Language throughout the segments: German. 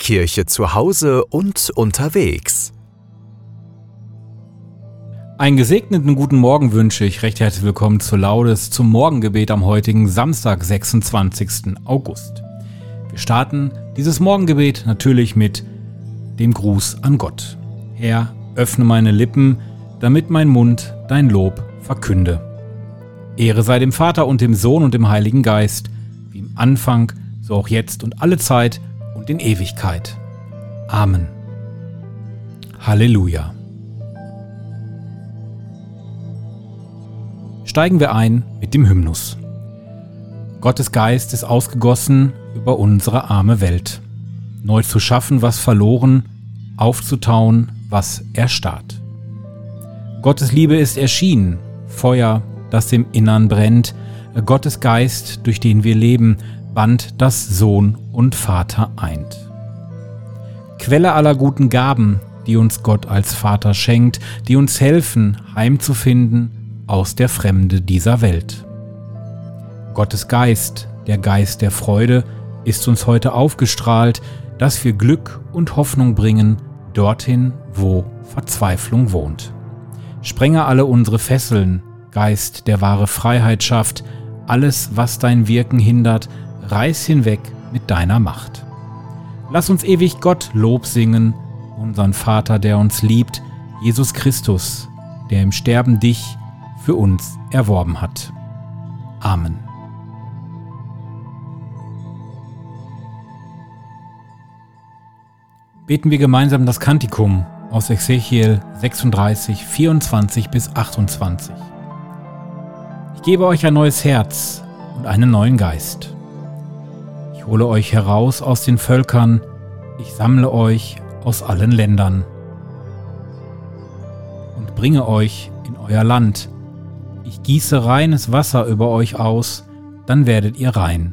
Kirche zu Hause und unterwegs. Einen gesegneten guten Morgen wünsche ich. Recht herzlich willkommen zur Laudes, zum Morgengebet am heutigen Samstag, 26. August. Wir starten dieses Morgengebet natürlich mit dem Gruß an Gott. Herr, öffne meine Lippen, damit mein Mund dein Lob verkünde. Ehre sei dem Vater und dem Sohn und dem Heiligen Geist, wie im Anfang, so auch jetzt und alle Zeit und in Ewigkeit. Amen. Halleluja. Steigen wir ein mit dem Hymnus. Gottes Geist ist ausgegossen über unsere arme Welt. Neu zu schaffen, was verloren, aufzutauen, was erstarrt. Gottes Liebe ist erschienen, Feuer, das im Innern brennt. Gottes Geist, durch den wir leben, band das Sohn und Vater eint. Quelle aller guten Gaben, die uns Gott als Vater schenkt, die uns helfen, heimzufinden aus der Fremde dieser Welt. Gottes Geist, der Geist der Freude, ist uns heute aufgestrahlt, dass wir Glück und Hoffnung bringen, dorthin, wo Verzweiflung wohnt. Sprenge alle unsere Fesseln, Geist, der wahre Freiheit schafft, alles, was dein Wirken hindert, reiß hinweg mit deiner Macht. Lass uns ewig Gott Lob singen, unseren Vater, der uns liebt, Jesus Christus, der im Sterben dich für uns erworben hat. Amen. Beten wir gemeinsam das Kantikum aus Ezechiel 36, 24 bis 28. Ich gebe euch ein neues Herz und einen neuen Geist. Ich hole euch heraus aus den Völkern, ich sammle euch aus allen Ländern und bringe euch in euer Land. Ich gieße reines Wasser über euch aus, dann werdet ihr rein.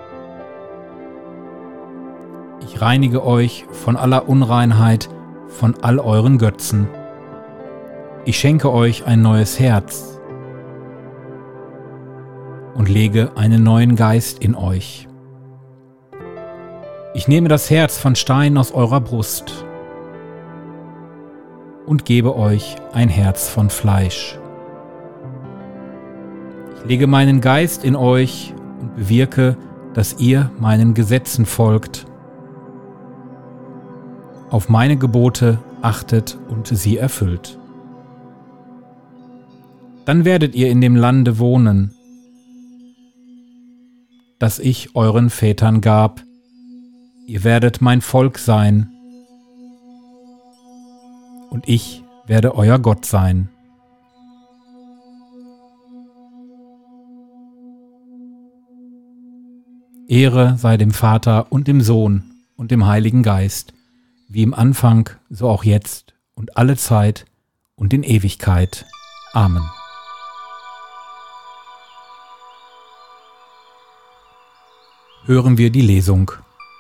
Ich reinige euch von aller Unreinheit, von all euren Götzen. Ich schenke euch ein neues Herz und lege einen neuen Geist in euch. Ich nehme das Herz von Stein aus eurer Brust und gebe euch ein Herz von Fleisch. Ich lege meinen Geist in euch und bewirke, dass ihr meinen Gesetzen folgt, auf meine Gebote achtet und sie erfüllt. Dann werdet ihr in dem Lande wohnen, das ich euren Vätern gab. Ihr werdet mein Volk sein und ich werde euer Gott sein. Ehre sei dem Vater und dem Sohn und dem Heiligen Geist, wie im Anfang, so auch jetzt und alle Zeit und in Ewigkeit. Amen. Hören wir die Lesung.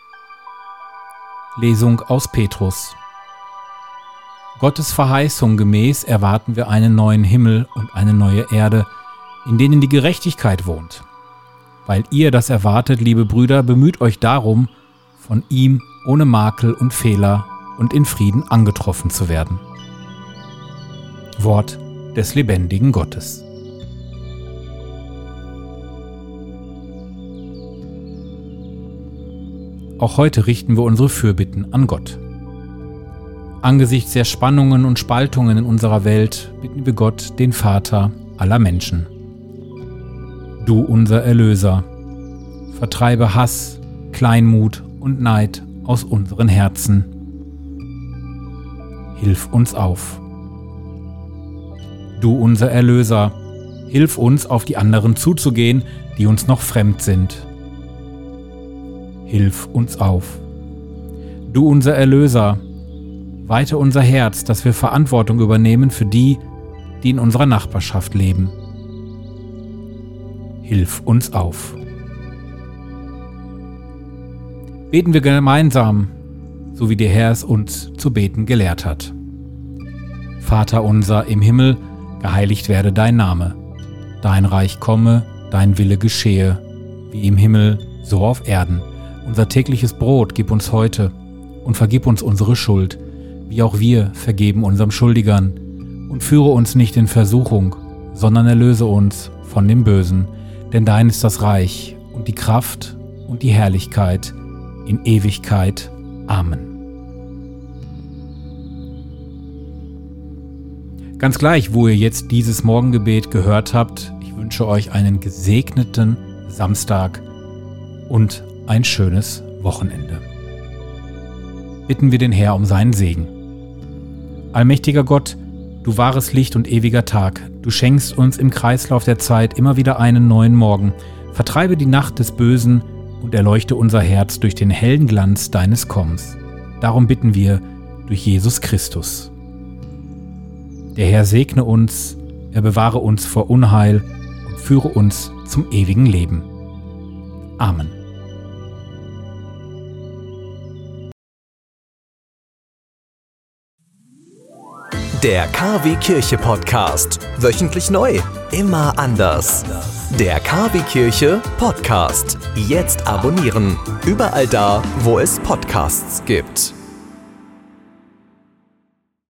Lesung aus Petrus. Gottes Verheißung gemäß erwarten wir einen neuen Himmel und eine neue Erde, in denen die Gerechtigkeit wohnt. Weil ihr das erwartet, liebe Brüder, bemüht euch darum, von ihm ohne Makel und Fehler und in Frieden angetroffen zu werden. Wort des lebendigen Gottes. Auch heute richten wir unsere Fürbitten an Gott. Angesichts der Spannungen und Spaltungen in unserer Welt bitten wir Gott, den Vater aller Menschen. Du, unser Erlöser, vertreibe Hass, Kleinmut und Neid aus unseren Herzen. Hilf uns auf. Du, unser Erlöser, hilf uns, auf die anderen zuzugehen, die uns noch fremd sind. Hilf uns auf. Du, unser Erlöser, weite unser Herz, dass wir Verantwortung übernehmen für die, die in unserer Nachbarschaft leben. Hilf uns auf. Beten wir gemeinsam, so wie der Herr es uns zu beten gelehrt hat. Vater unser im Himmel, geheiligt werde dein Name. Dein Reich komme, dein Wille geschehe, wie im Himmel, so auf Erden. Unser tägliches Brot gib uns heute und vergib uns unsere Schuld, wie auch wir vergeben unserem Schuldigern. Und führe uns nicht in Versuchung, sondern erlöse uns von dem Bösen. Denn dein ist das Reich und die Kraft und die Herrlichkeit in Ewigkeit. Amen. Ganz gleich, wo ihr jetzt dieses Morgengebet gehört habt, ich wünsche euch einen gesegneten Samstag und ein schönes Wochenende. Bitten wir den Herr um seinen Segen. Allmächtiger Gott, du wahres Licht und ewiger Tag, du schenkst uns im Kreislauf der Zeit immer wieder einen neuen Morgen. Vertreibe die Nacht des Bösen und erleuchte unser Herz durch den hellen Glanz deines Kommens. Darum bitten wir durch Jesus Christus. Der Herr segne uns, er bewahre uns vor Unheil und führe uns zum ewigen Leben. Amen. Der KW Kirche Podcast. Wöchentlich neu. Immer anders. Der KW Kirche Podcast. Jetzt abonnieren. Überall da, wo es Podcasts gibt.